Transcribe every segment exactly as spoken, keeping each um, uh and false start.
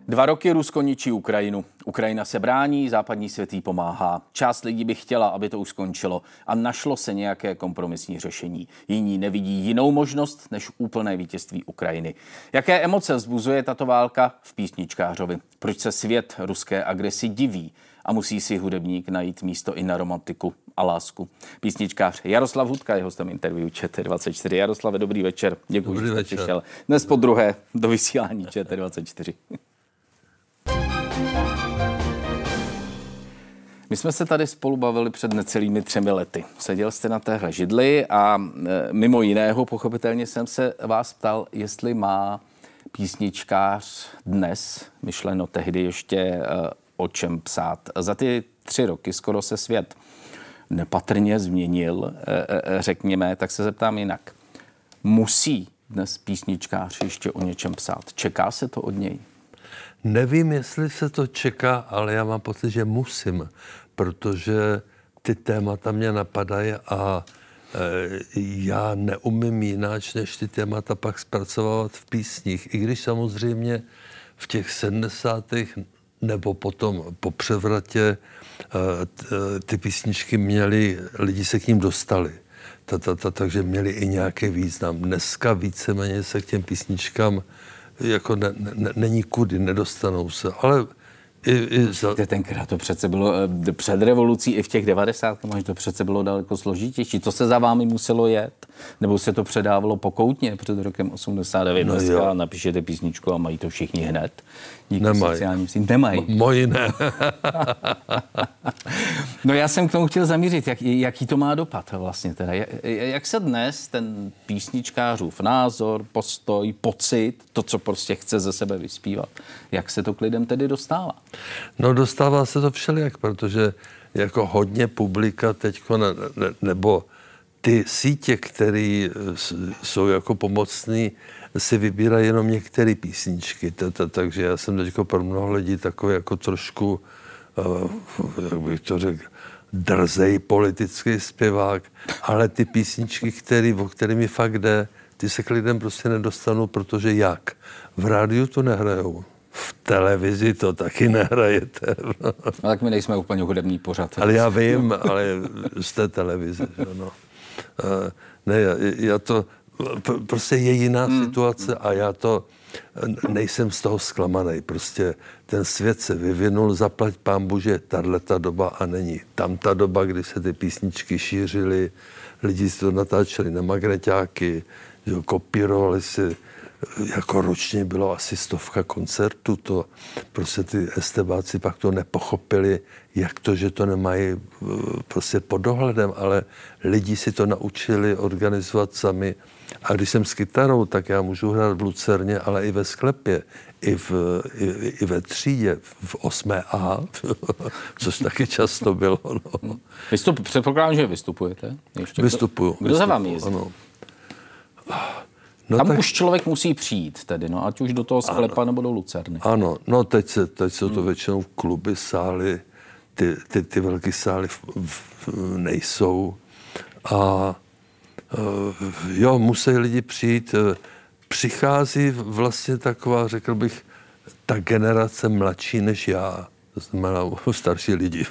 Dva roky Rusko ničí Ukrajinu. Ukrajina se brání, západní svět jí pomáhá. Část lidí by chtěla, aby to už skončilo a našlo se nějaké kompromisní řešení. Jiní nevidí jinou možnost než úplné vítězství Ukrajiny. Jaké emoce vzbuzuje tato válka v písničkářovi? Proč se svět ruské agresi diví a musí si hudebník najít místo i na romantiku a lásku? Písničkář Jaroslav Hudka je hostem interview Č T dvacet čtyři. Jaroslave, dobrý večer. Děkuji, že jste přišel dnes po druhé do vysílání Č T dvacet čtyři. My jsme se tady spolu bavili před necelými třemi lety. Seděl jste na téhle židli a mimo jiného pochopitelně jsem se vás ptal, jestli má písničkář dnes, myšleno tehdy ještě, o čem psát. Za ty tři roky skoro se svět nepatrně změnil, řekněme, tak se zeptám jinak. Musí dnes písničkář ještě o něčem psát? Čeká se to od něj? Nevím, jestli se to čeká, ale já mám pocit, že musím, protože ty témata mě napadají a e, já neumím jináč, než ty témata pak zpracovávat v písních. I když samozřejmě v těch sedmdesátých nebo potom po převratě e, ty písničky měly, lidi se k ním dostali. Ta, ta, ta, takže měly i nějaký význam. Dneska víceméně se k těm písničkám jako ne, ne, není kudy, nedostanou se, ale i, i za... Tenkrát to přece bylo před revolucí i v těch devadesátkách, to přece bylo daleko složitější. To se za vámi muselo jet? Nebo se to předávalo pokoutně před rokem osmdesát devět? No a napíšete písničku a mají to všichni hned? Díky sociálním sítím. Nemají. Moji ne. No já jsem k tomu chtěl zamířit, jak, jaký to má dopad vlastně teda. Jak se dnes ten písničkářův názor, postoj, pocit, to, co prostě chce ze sebe vyspívat, jak se to k lidem tedy dostává? No dostává se to všelijak, protože jako hodně publika teďko, ne, ne, nebo ty sítě, které jsou jako pomocný, si vybírají jenom některé písničky. Takže já jsem teďko pro mnoho lidí takový jako trošku, jak bych to řekl, drzej politický zpěvák, ale ty písničky, který, o které mi fakt jde, ty se k lidem prostě nedostanou, protože jak? V rádiu to nehrajou. V televizi to taky nehrajete. No, tak my nejsme úplně hudební pořad. Ale já vím, ale z té televize. No. Ne, já, já to, prostě je jiná hmm. situace a já to nejsem z toho zklamaný. Prostě ten svět se vyvinul, zaplať pánbu, že je tato doba a není tam ta doba, kdy se ty písničky šířily, lidi si to natáčeli na magneťáky, že kopírovali si, jako ročně bylo asi stovka koncertů, to prostě ty estebáci pak to nepochopili, jak to, že to nemají prostě pod dohledem, ale lidi si to naučili organizovat sami. A když jsem s kytarou, tak já můžu hrát v Lucerně, ale i ve sklepě, i, v, i, i ve třídě, v osmé A, což taky často bylo. No. Vystup, předpokládám, že vystupujete? Ještě Vystupuju. Kdo, kdo za vámi jezdí? Ano. No tam tak, už člověk musí přijít tedy, no, ať už do toho sklepa ano, nebo do Lucerny. Ano, no teď, se, teď jsou to hmm. většinou kluby, sály, ty, ty, ty velké sály v, v, nejsou. A jo, musí lidi přijít. Přichází vlastně taková, řekl bych, ta generace mladší než já, to znamená starší lidi.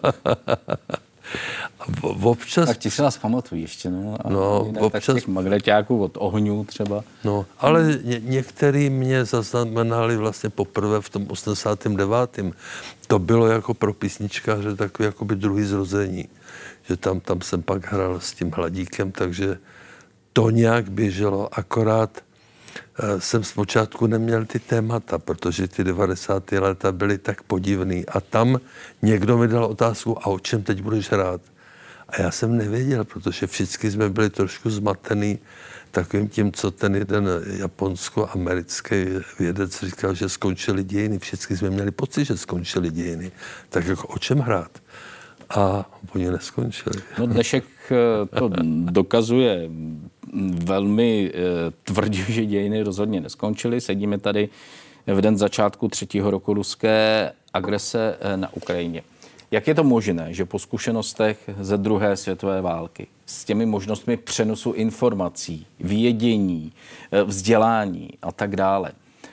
Občas... Tak ti se vás pamatují ještě, no. A no, občas... těch magneťáků od ohňů třeba. No, ale ně, některý mě zaznamenali vlastně poprvé v tom osmdesátém devátém To bylo jako pro písničkáře takový jakoby druhý zrození. Že tam, tam jsem pak hrál s tím Hladíkem, takže to nějak běželo, akorát e, jsem zpočátku neměl ty témata, protože ty devadesátá léta byly tak podivný. A tam někdo mi dal otázku, a o čem teď budeš hrát? A já jsem nevěděl, protože všichni jsme byli trošku zmatený takovým tím, co ten jeden japonsko-americký vědec říkal, že skončily dějiny. Všichni jsme měli pocit, že skončily dějiny. Tak jako o čem hrát? A oni neskončili. No dnešek to dokazuje velmi tvrdě, že dějiny rozhodně neskončily. Sedíme tady v den začátku třetího roku ruské agrese na Ukrajině. Jak je to možné, že po zkušenostech ze druhé světové války s těmi možnostmi přenosu informací, vědění, vzdělání a tak dále,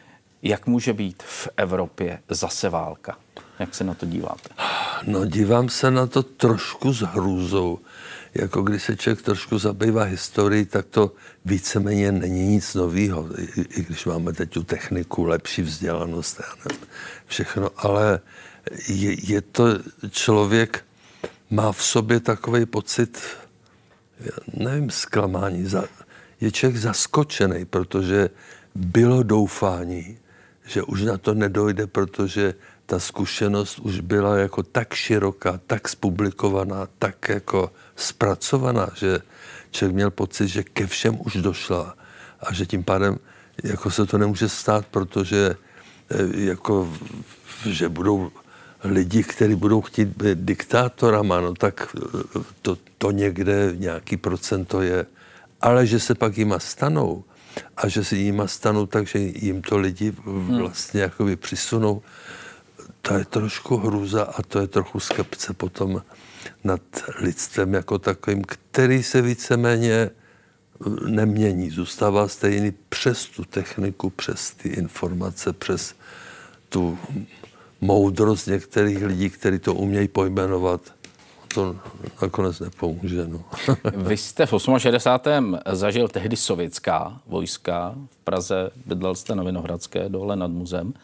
Jak může být v Evropě zase válka? Jak se na to díváte? No, dívám se na to trošku s hrůzou. Jako když se člověk trošku zabývá historií, tak to víceméně není nic novýho. I, i když máme teď tu techniku, lepší vzdělanost, všechno. Ale je, je to člověk, má v sobě takový pocit, nevím, zklamání. Je člověk zaskočený, protože bylo doufání, že už na to nedojde, protože ta zkušenost už byla jako tak široká, tak zpublikovaná, tak jako zpracovaná, že člověk měl pocit, že ke všem už došla a že tím pádem jako se to nemůže stát, protože jako, že budou lidi, kteří budou chtít být diktátorama, no tak to, to někde nějaký procento je, ale že se pak jima stanou a že si jima stanou tak, že jim to lidi vlastně jakoby přisunou, to je trošku hrůza a to je trochu skepce potom nad lidstvem jako takovým, který se víceméně nemění, zůstává stejný přes tu techniku, přes ty informace, přes tu moudrost některých lidí, kteří to umějí pojmenovat. To nakonec nepomůže. No. Vy jste v šedesátém osmém zažil tehdy sovětská vojska v Praze, bydlel jste na Vinohradské dole nad Muzem.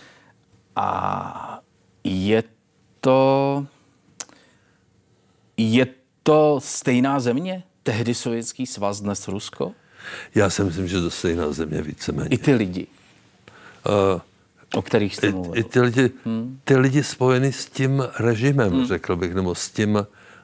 A je to, je to stejná země? Tehdy Sovětský svaz, dnes Rusko? Já si myslím, že to stejná země víceméně. I ty lidi, uh, o kterých jste mluvil. I, i ty, lidi, hmm. ty lidi spojení s tím režimem, hmm. řekl bych, nebo s tím, uh,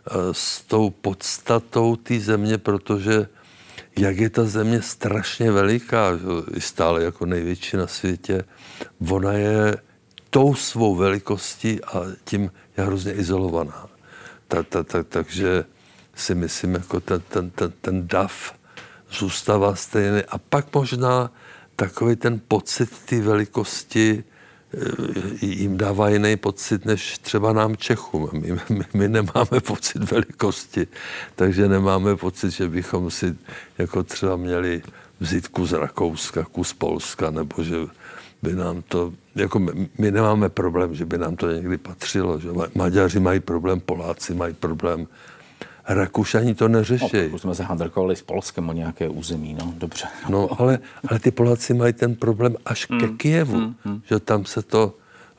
s tou podstatou té země, protože jak je ta země strašně veliká, že, stále jako největší na světě, ona je tou svou velikostí a tím je hrozně izolovaná. Ta, ta, ta, takže si myslím, jako ten, ten, ten, ten dav zůstává stejný. A pak možná takový ten pocit té velikosti jim dává jiný pocit, než třeba nám Čechům. My, my, my nemáme pocit velikosti, takže nemáme pocit, že bychom si jako třeba měli vzít kus Rakouska, kus Polska, nebo že by nám to, jako my, my nemáme problém, že by nám to někdy patřilo, že Maďaři mají problém, Poláci mají problém, Rakušani to neřeší. No, jsme se handrkovali s Polskem o nějaké území, no, dobře. No, ale, ale ty Poláci mají ten problém až mm, ke Kyjevu, mm, mm. že tam se to,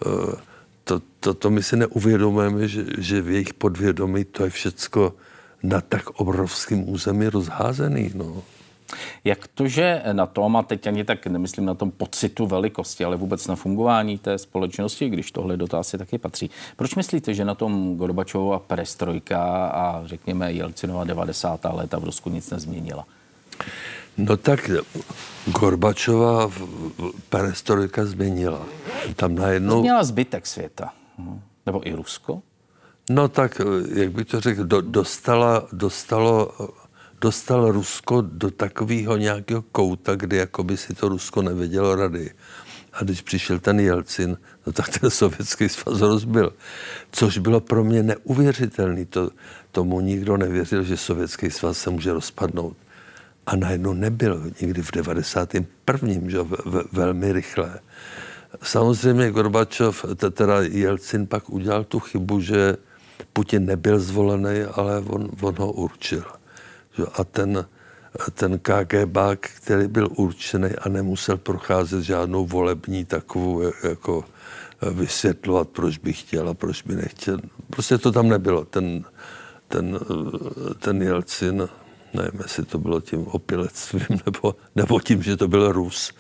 to, to, to my si neuvědomujeme, že, že v jejich podvědomí to je všecko na tak obrovském území rozházený, no. Jak to, že na tom, a teď ani tak nemyslím na tom pocitu velikosti, ale vůbec na fungování té společnosti, když tohle do toho asi taky patří. Proč myslíte, že na tom Gorbačovova perestrojka a řekněme Jelcinova devadesátá léta v Rusku nic nezměnila? No tak Gorbačova perestrojka změnila. Tam najednou... Změnila zbytek světa. Nebo i Rusko? No tak, jak bych to řekl, do, dostala, dostalo... dostal Rusko do takového nějakého kouta, kdy jakoby si to Rusko nevědělo rady. A když přišel ten Jelcin, no tak ten Sovětský svaz rozbil. Což bylo pro mě neuvěřitelné. To, tomu nikdo nevěřil, že Sovětský svaz se může rozpadnout. A najednou nebyl. Někdy v devadesátém prvním, že ve, velmi rychle. Samozřejmě Gorbačov, teda Jelcin pak udělal tu chybu, že Putin nebyl zvolený, ale on, on ho určil. A ten, ten KGBák, který byl určený a nemusel procházet žádnou volební takovou, jako vysvětlovat, proč by chtěl a proč by nechtěl. Prostě to tam nebylo. Ten, ten, ten Jelcin, nevím, jestli to bylo tím opilectvím, nebo, nebo tím, že to byl Rus.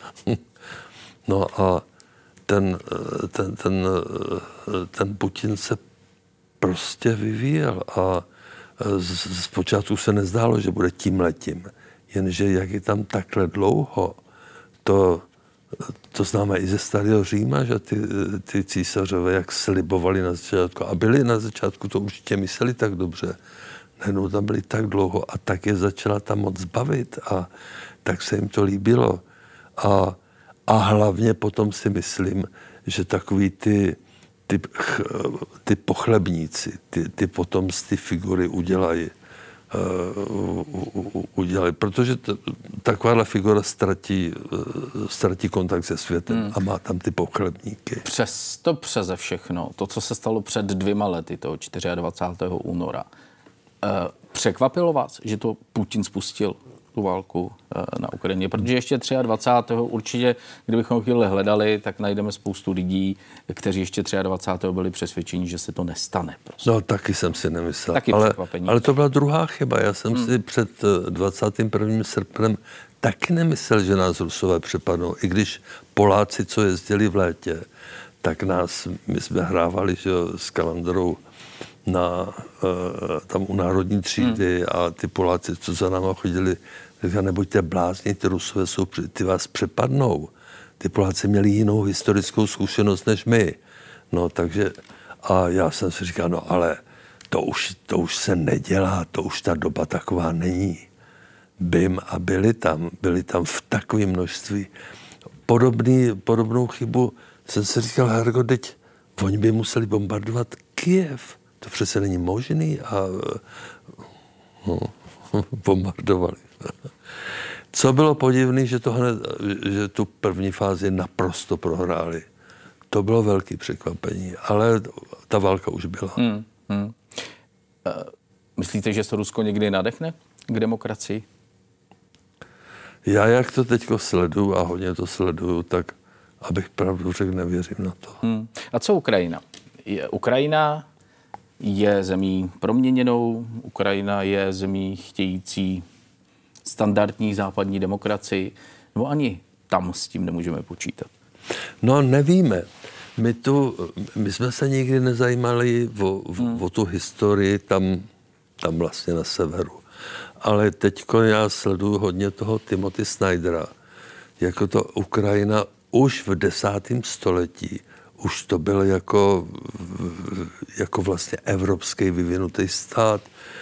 No a ten, ten, ten, ten Putin se prostě vyvíjel a zpočátku se nezdálo, že bude tímhletím. Jenže jak je tam takhle dlouho, to, to známe i ze starého Říma, že ty, ty císařové, jak slibovali na začátku, a byli na začátku, to určitě mysleli tak dobře, najednou tam byli tak dlouho a tak je začala tam moc bavit a tak se jim to líbilo. A, a hlavně potom si myslím, že takový ty Ty, ty pochlebníci, ty, ty potom z ty figury udělají, uh, udělali, protože t- takováhle figura ztratí, ztratí kontakt se světem hmm. a má tam ty pochlebníky. Přesto přeze všechno, to, co se stalo před dvěma lety, toho dvacátého čtvrtého února, překvapilo vás, že to Putin spustil, tu válku na Ukrajině? Protože ještě dvacátého třetího určitě, kdybychom chvíli hledali, tak najdeme spoustu lidí, kteří ještě dvacátého třetího byli přesvědčeni, že se to nestane. Prostě. No, taky jsem si nemyslel. Taky ale, překvapení. ale to byla druhá chyba. Já jsem hmm. si před dvacátým prvním srpnem taky nemyslel, že nás Rusové přepadnou. I když Poláci, co jezdili v létě, tak nás, my jsme hrávali, že s Kalandrou na, uh, tam u Národní třídy hmm. a ty Poláci, co za náma chodili, říkali, nebuďte blázni, ty Rusové jsou, ty vás přepadnou. Ty Poláci měli jinou historickou zkušenost než my. No, takže, a já jsem si říkal, no ale to už, to už se nedělá, to už ta doba taková není. Bym a byli tam, byli tam v takovém množství. Podobný, podobnou chybu jsem si říkal, Hergo, teď oni by museli bombardovat Kyjev. To přece není možný a no, bombardovali. Co bylo podivné, že, to hned, že tu první fázi naprosto prohráli. To bylo velké překvapení, ale ta válka už byla. Hmm, hmm. Uh, myslíte, že se Rusko někdy nadechne k demokracii? Já, jak to teďko sleduju a hodně to sleduju, tak abych pravdu řekl, nevěřím na to. Hmm. A co Ukrajina? Je, Ukrajina je zemí proměněnou, Ukrajina je zemí chtějící standardní západní demokracii, nebo ani tam s tím nemůžeme počítat? No, nevíme. My, tu, my jsme se nikdy nezajímali o, hmm. o tu historii tam, tam vlastně na severu. Ale teďko já sleduju hodně toho Timothy Snydera. Jako to Ukrajina už v desátém století, už to byl jako, jako vlastně evropský vyvinutý stát.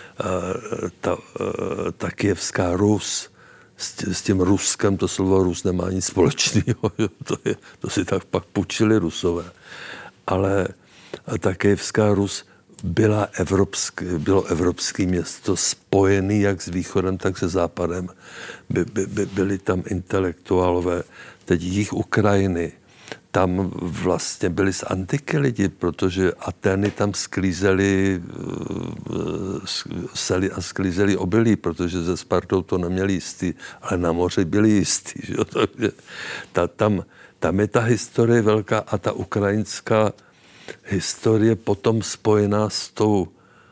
Ta, ta Kyjevská Rus, s, s tím Ruskem, to slovo Rus nemá nic společného, to, je, to si tak pak půjčili Rusové. Ale ta Kyjevská Rus byla evropský, bylo evropské město spojené jak s východem, tak se západem. By, by, by, byli tam intelektuálové. Teď jich Ukrajiny, tam vlastně byli z antiky lidi, protože Atény tam sklízeli seli a sklízeli obilí, protože ze Spartou to neměli jistý, ale na moři byli jistý. Že? Takže ta, tam, tam je ta historie velká a ta ukrajinská historie potom spojená s tou uh,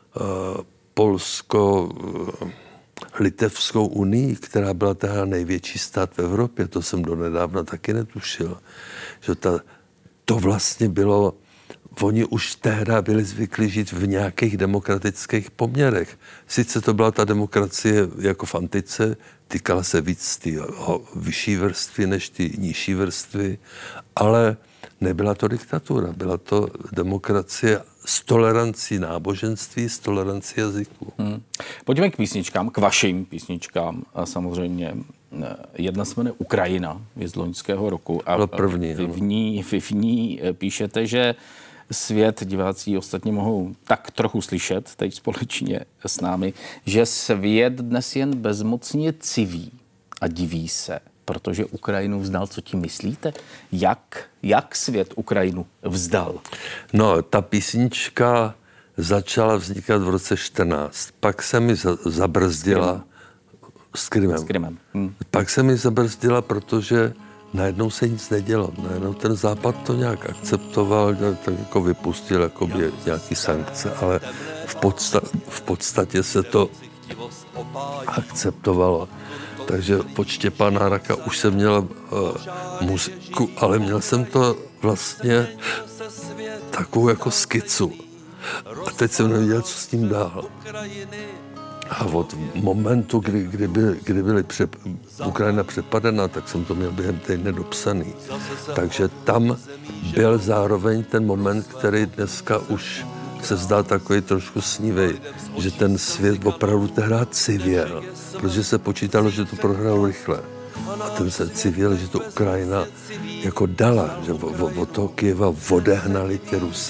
polsko-litevskou unii, která byla teda největší stát v Evropě. To jsem donedávna taky netušil. Že ta, to vlastně bylo, oni už tehdy byli zvyklí žít v nějakých demokratických poměrech. Sice to byla ta demokracie jako v antice, týkala se víc ty vyšší vrstvy než ty nižší vrstvy, ale nebyla to diktatura, byla to demokracie s tolerancí náboženství, s tolerancí jazyku. Hmm. Pojďme k písničkám, k vašim písničkám. A samozřejmě jedna se jmenuje Ukrajina, je z loňského roku. A první, vy, v ní, vy v ní píšete, že svět, diváci ostatně mohou tak trochu slyšet, teď společně s námi, že svět dnes jen bezmocně civí a diví se, protože Ukrajinu vzdal. Co tím myslíte? Jak, jak svět Ukrajinu vzdal? No, ta písnička začala vznikat v roce čtrnáct. Pak se mi zabrzdila s Krymem. S Krymem. Hmm. Pak se mi zabrzdila, protože najednou se nic nedělo. Najednou ten Západ to nějak akceptoval, tak jako vypustil jakoby nějaký sankce, ale v, podsta- v podstatě se to akceptovalo. Takže pod Štěpána Raka už jsem měl uh, muziku, ale měl jsem to vlastně takovou jako skicu. A teď jsem nevěděl, co s tím dál. A od momentu, kdy, kdy, by, kdy byly přep, Ukrajina přepadena, tak jsem to měl během týdne dopsaný. Takže tam byl zároveň ten moment, který dneska už se zdá takový trošku snívej, že ten svět opravdu tehdy civěl, protože se počítalo, že to prohrál rychle. A ten se civěl, že to Ukrajina jako dala, že od toho Kyjeva odehnali ty Rusy.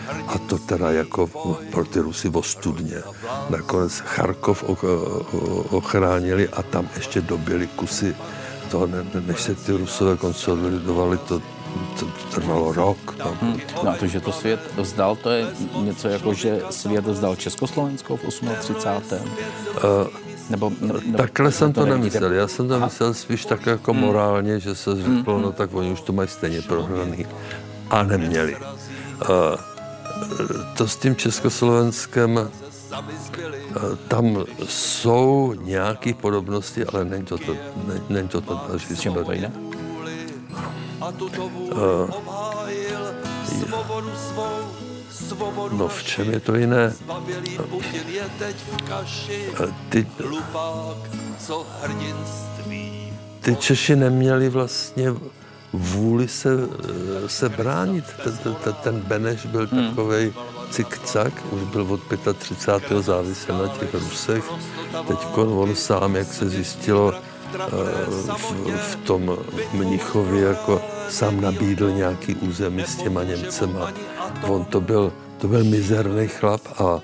A to teda jako pro ty Rusy ostudně. Nakonec Charkov ochránili a tam ještě dobili kusy toho, než se ty Rusové konsolidovali, to, to trvalo rok. Hmm. No a to, že to svět vzdal, to je něco jako, že svět vzdal Československo v třicátém osmém Uh, nebo, nebo, takhle jsem to, to nemyslel. Já jsem to myslel spíš tak jako hmm. morálně, že se řeklo, hmm. no tak oni už to mají stejně prohraný. A neměli. Uh, to s tím Československem, uh, tam jsou nějaké podobnosti, ale není to to, ne, není to to další zpět. Uh, no v čem je to jiné? Ty, ty Češi neměli vlastně vůli se, se bránit. Ten, ten, ten Beneš byl hmm. takovej cik-cak, už byl od třicátého pátého závislý na těch Rusech. Teď on sám, jak se zjistilo, v, v tom Mnichově jako sám nabídl nějaký území s těma Němcema. On to byl, to byl mizerný chlap a, a,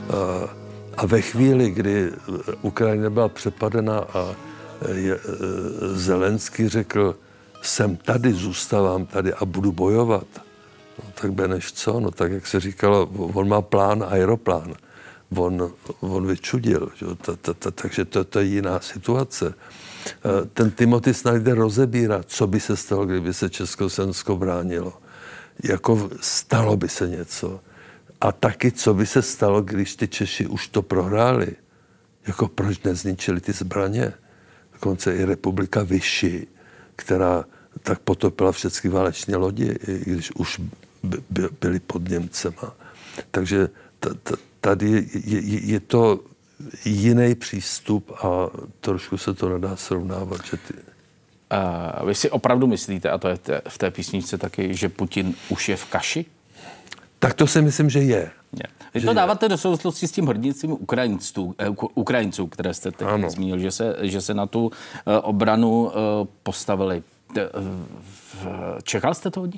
a ve chvíli, kdy Ukrajina byla přepadena a je, Zelenský řekl, jsem tady, zůstávám tady a budu bojovat. No, tak Beneš co? No tak, jak se říkalo, on má plán, aeroplán. On, on vyčudil, že? Ta, ta, ta, takže to, to je jiná situace. Ten Timothy Snyder rozebírá, co by se stalo, kdyby se Československo bránilo. Jako stalo by se něco. A taky, co by se stalo, když ty Češi už to prohráli. Jako proč nezničili ty zbraně? Dokonce i republika Vichy, která tak potopila všechny váleční lodi, i když už by, byly pod Němcema. Takže t, t, tady je, je, je to jiný přístup a trošku se to nedá srovnávat. Že ty... A vy si opravdu myslíte, a to je te, v té písničce taky, že Putin už je v kaši? Tak to si myslím, že je. je. Vy to dáváte do souvislosti s tím hrdinstvím Ukrajinců, eh, Ukrajinců, které jste teď ano. zmínil, že se, že se na tu eh, obranu eh, postavili. Eh, čekal jste to od nich?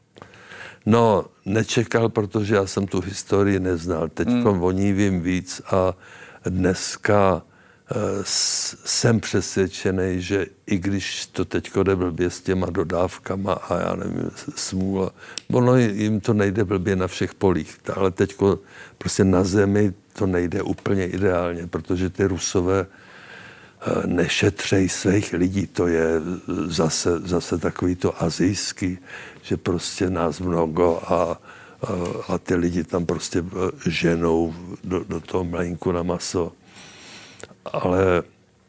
No, nečekal, protože já jsem tu historii neznal. Teď hmm. o ní vím víc a dneska uh, jsem přesvědčený, že i když to teďko jde blbě s těma dodávkama a já nevím, smůla, ono jim to nejde blbě na všech polích, ale teďko prostě na zemi to nejde úplně ideálně, protože ty Rusové uh, nešetřejí svých lidí, to je zase, zase takový to asijský, že prostě nás mnoho a a ty lidi tam prostě ženou do, do toho mlejnku na maso. Ale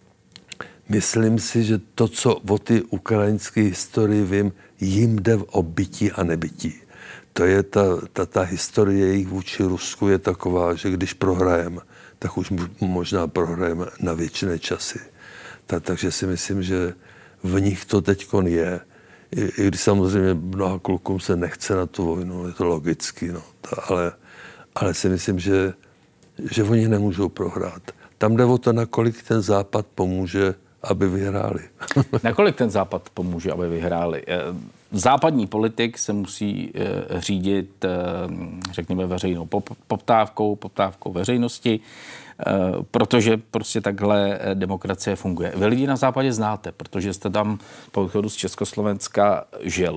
myslím si, že to, co o ty ukrajinské historii vím, jim jde o bytí a nebytí. To je ta, ta, ta historie jejich vůči Rusku je taková, že když prohrajeme, tak už možná prohrajeme na věčné časy. Ta, takže si myslím, že v nich to teďkon je. I, i když samozřejmě mnoha klukům se nechce na tu vojnu, je to logický, no. Ta, ale, ale si myslím, že, že oni nemůžou prohrát. Tam jde o to, nakolik ten Západ pomůže, aby vyhráli. Nakolik ten Západ pomůže, aby vyhráli? Západní politik se musí řídit, řekněme, veřejnou poptávkou, poptávkou veřejnosti, protože prostě takhle demokracie funguje. Vy lidi na Západě znáte, protože jste tam po odchodu z Československa žil.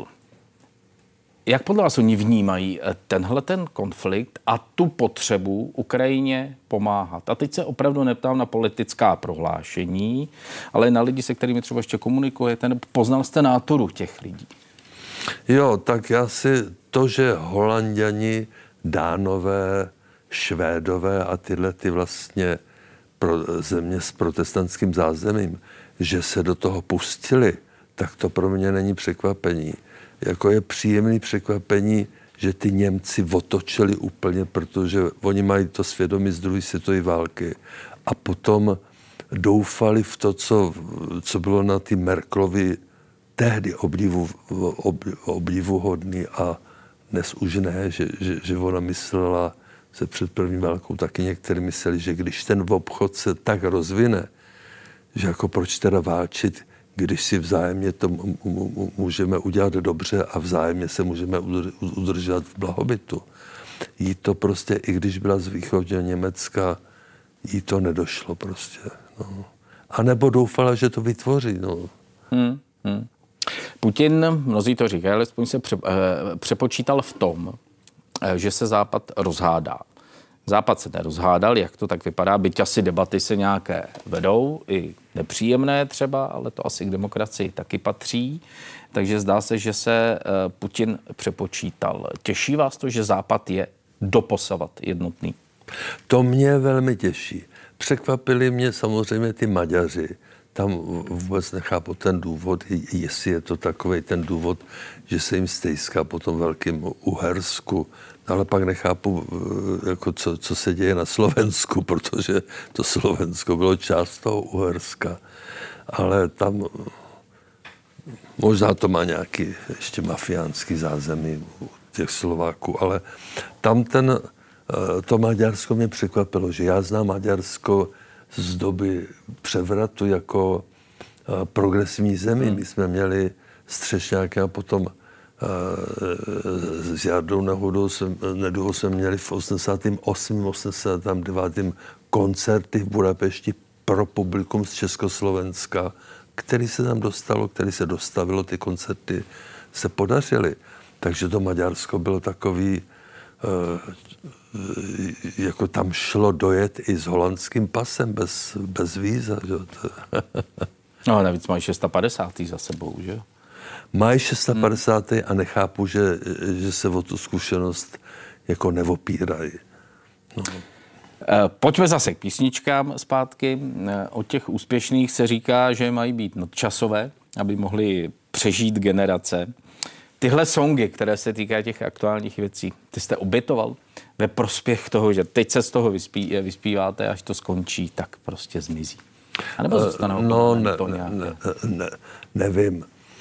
Jak podle vás oni vnímají tenhle ten konflikt a tu potřebu Ukrajině pomáhat? A teď se opravdu neptám na politická prohlášení, ale na lidi, se kterými třeba ještě komunikujete, nebo poznal jste náturu těch lidí? Jo, tak já si to, že Holanďani, Dánové, Švédové a tyhle ty vlastně pro země s protestantským zázemím, že se do toho pustili, tak to pro mě není překvapení. Jako je příjemné překvapení, že ty Němci otočili úplně, protože oni mají to svědomí z druhé světové války a potom doufali v to, co, co bylo na ty Merkelovi tehdy obdivu, ob, obdivuhodný a dnes už ne, že, že, že ona myslela se před první válkou, taky někteří mysleli, že když ten obchod se tak rozvine, že jako proč teda válčit, když si vzájemně to můžeme udělat dobře a vzájemně se můžeme udržet v blahobytu. jí to prostě, i když byla z východního Německa, jí to nedošlo prostě. No. A nebo doufala, že to vytvoří. No. Hmm, hmm. Putin, mnozí to říkají, alespoň se pře, eh, přepočítal v tom, eh, že se Západ rozhádá. Západ se nerozhádal, jak to tak vypadá, byť asi debaty se nějaké vedou, i nepříjemné třeba, ale to asi k demokracii taky patří. Takže zdá se, že se Putin přepočítal. Těší vás to, že Západ je doposavat jednotný? To mě velmi těší. Překvapili mě samozřejmě ty Maďaři. Tam vůbec nechápu ten důvod, jestli je to takovej ten důvod, že se jim stejská po tom velkém Uhersku. Ale pak nechápu, jako co, co se děje na Slovensku, protože to Slovensko bylo část toho Uherska. Ale tam možná to má nějaký ještě mafiánský zázemí u těch Slováků, ale tam ten, to Maďarsko mě překvapilo, že já znám Maďarsko z doby převratu jako progresivní zemi. My jsme měli Střešňáky a potom s Jardou Nehudou Neduhou jsme měli v osmdesátém osmém osmdesátém devátém koncerty v Budapešti pro publikum z Československa, který se tam dostalo, který se dostavilo, ty koncerty se podařily. Takže to Maďarsko bylo takový, jako tam šlo dojet i s holandským pasem, bez, bez víza. Že? No, navíc mají padesát šest za sebou, že? Mají padesát šest a nechápu, že, že se o tu zkušenost jako neopírají. No. Pojďme zase k písničkám zpátky. O těch úspěšných se říká, že mají být nadčasové, aby mohli přežít generace. Tyhle songy, které se týkají těch aktuálních věcí, ty jste obětoval ve prospěch toho, že teď se z toho vyspí, vyspíváte, až to skončí, tak prostě zmizí. A nebo zůstanou? No, ne, ne, ne, nevím.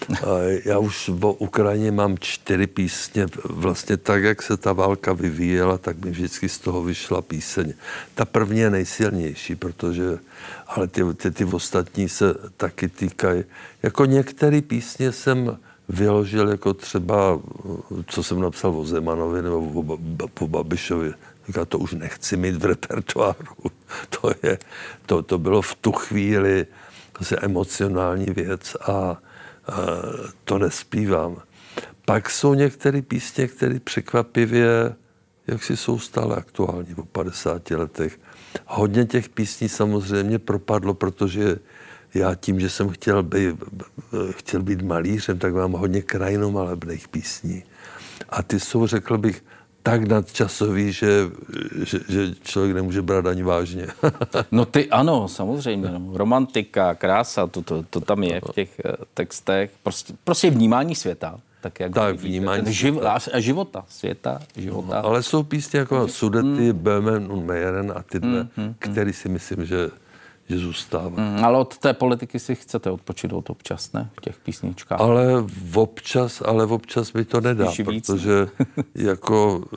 Já už o Ukrajině mám čtyři písně. Vlastně tak, jak se ta válka vyvíjela, tak mi vždycky z toho vyšla píseň. Ta první je nejsilnější, protože, ale ty, ty, ty ostatní se taky týkají. Jako některé písně jsem vyložil, jako třeba, co jsem napsal o Zemanovi nebo o, o Babišovi. Říká, to už nechci mít v repertoáru. To, je, to, to bylo v tu chvíli je emocionální věc a to nespívám. Pak jsou některé písně, které překvapivě, jak si jsou stále aktuální po padesáti letech. Hodně těch písní samozřejmě propadlo, protože já tím, že jsem chtěl být, chtěl být malířem, tak mám hodně krajinomalebných písní. A ty jsou, řekl bych, tak nadčasový, že, že, že člověk nemůže brát ani vážně. No ty ano, samozřejmě. No. Romantika, krása, to, to, to tam je v těch textech. Prostě, prostě vnímání světa. Tak, jak tak vnímání Živ, a života, světa, života. No, ale jsou písně jako Sudety, mm. Böhmen und Meyeren a ty dvě, mm, mm, který si myslím, že že zůstává. Mm, ale od té politiky si chcete odpočinout občas, ne? V těch písničkách. Ale občas, ale občas mi to nedá, protože jako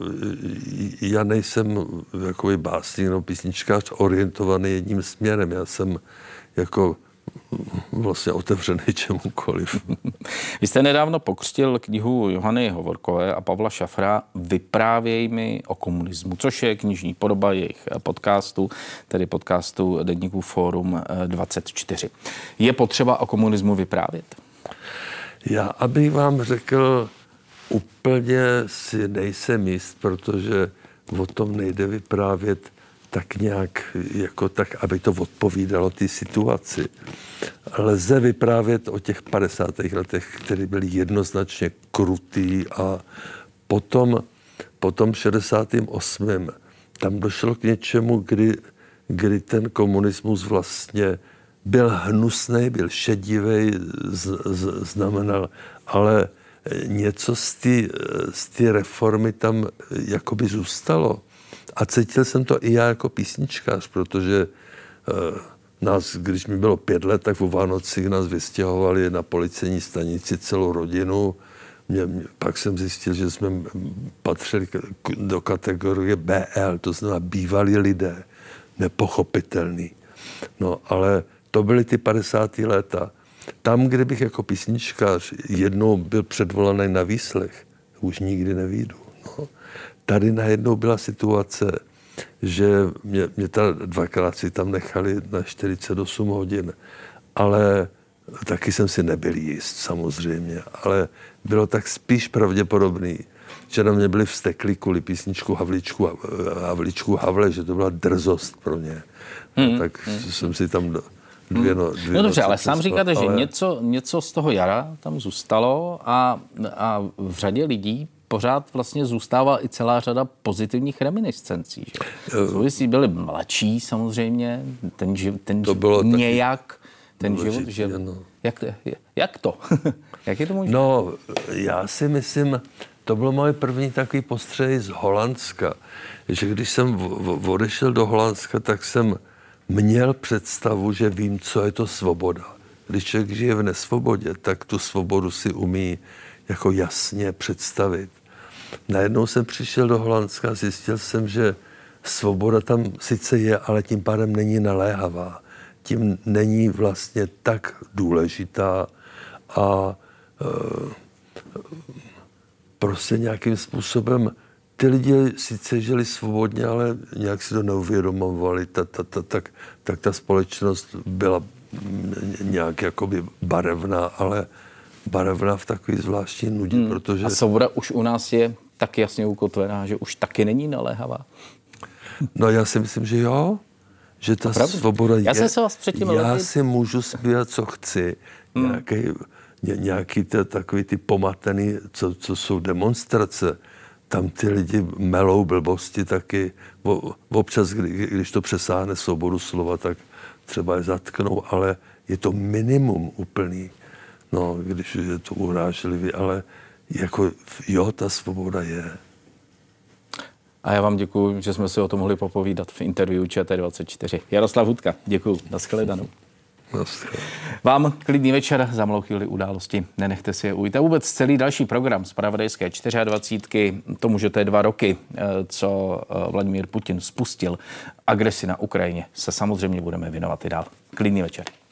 já nejsem jako básník nebo písničkář orientovaný jedním směrem. Já jsem jako vlastně otevřený čemukoliv. Vy jste nedávno pokřtil knihu Johany Hovorkové a Pavla Šafra Vyprávěj mi o komunismu, což je knižní podoba jejich podcastu, tedy podcastu deníku Fórum dvacet čtyři. Je potřeba o komunismu vyprávět? Já, abych vám řekl, úplně si nejsem jist, protože o tom nejde vyprávět tak nějak, jako tak, aby to odpovídalo té situaci. Lze vyprávět o těch padesátých letech, které byly jednoznačně krutý a potom, potom šedesátém osmém tam došlo k něčemu, kdy, kdy ten komunismus vlastně byl hnusný, byl šedivý, z, z, znamenal, ale něco z té reformy tam jakoby zůstalo. A cítil jsem to i já jako písničkář, protože uh, nás, když mi bylo pět let, tak o Vánocích nás vystěhovali na policejní stanici celou rodinu. Mě, mě, pak jsem zjistil, že jsme patřili k, k, do kategorie bé el, to znamená bývalí lidé, nepochopitelný. No, ale to byly ty padesátá léta. Tam, kde bych jako písničkář jednou byl předvolaný na výslech, už nikdy nevyjdu. No. tady najednou byla situace, že mě, mě ta dvakrát si tam nechali na čtyřicet osm hodin, ale taky jsem si nebyl jíst samozřejmě, ale bylo tak spíš pravděpodobný, že na mě byli vzteklí kvůli písničku Havličku, Havličku Havle, že to byla drzost pro ně. Hmm. No, tak hmm. jsem si tam dvě, no, dvě no dobře, ale přestal, sám říkáte, ale... že něco, něco z toho jara tam zůstalo a, a v řadě lidí pořád vlastně zůstává i celá řada pozitivních reminiscencí. Že? Souvisí byli mladší samozřejmě, ten, živ, ten to bylo nějak, ten důležitý, život, že... No. Jak, jak to? Jak je to možné? No, já si myslím, to byl můj první takový postřeh z Holandska, že když jsem odešel do Holandska, tak jsem měl představu, že vím, co je to svoboda. Když člověk žije v nesvobodě, tak tu svobodu si umí jako jasně představit. Najednou jsem přišel do Holandska a zjistil jsem, že svoboda tam sice je, ale tím pádem není naléhavá. Tím není vlastně tak důležitá a e, prostě nějakým způsobem ty lidi sice žili svobodně, ale nějak si to neuvědomovali, ta, ta, ta, tak, tak ta společnost byla nějak jakoby barevná, ale barevná v takový zvláštní nudě, hmm. protože... A svoboda už u nás je tak jasně ukotvená, že už taky není naléhavá. No já si myslím, že jo, že ta Opravdu? svoboda je... Já jsem se vás předtím... Já lety... si můžu zpívat, co chci. Hmm. Nějaký, ně, nějaký ty, takový ty pomatený, co, co jsou demonstrace, tam ty lidi melou blbosti taky. Občas, kdy, když to přesáhne svobodu slova, tak třeba je zatknou, ale je to minimum úplný. No, když je to urážlivý, ale jako jo, ta svoboda je. A já vám děkuji, že jsme si o tom mohli popovídat v interview Č T dvacet čtyři. Jaroslav Hudka, děkuji. Nashledanou. Vám klidný večer, za malou chvíli události. Nenechte si je ujít. A vůbec celý další program z Zpravodajské dvacítky čtyři, tomu, že to je dva roky, co Vladimír Putin spustil agresi na Ukrajině, se samozřejmě budeme věnovat i dál. Klidný večer.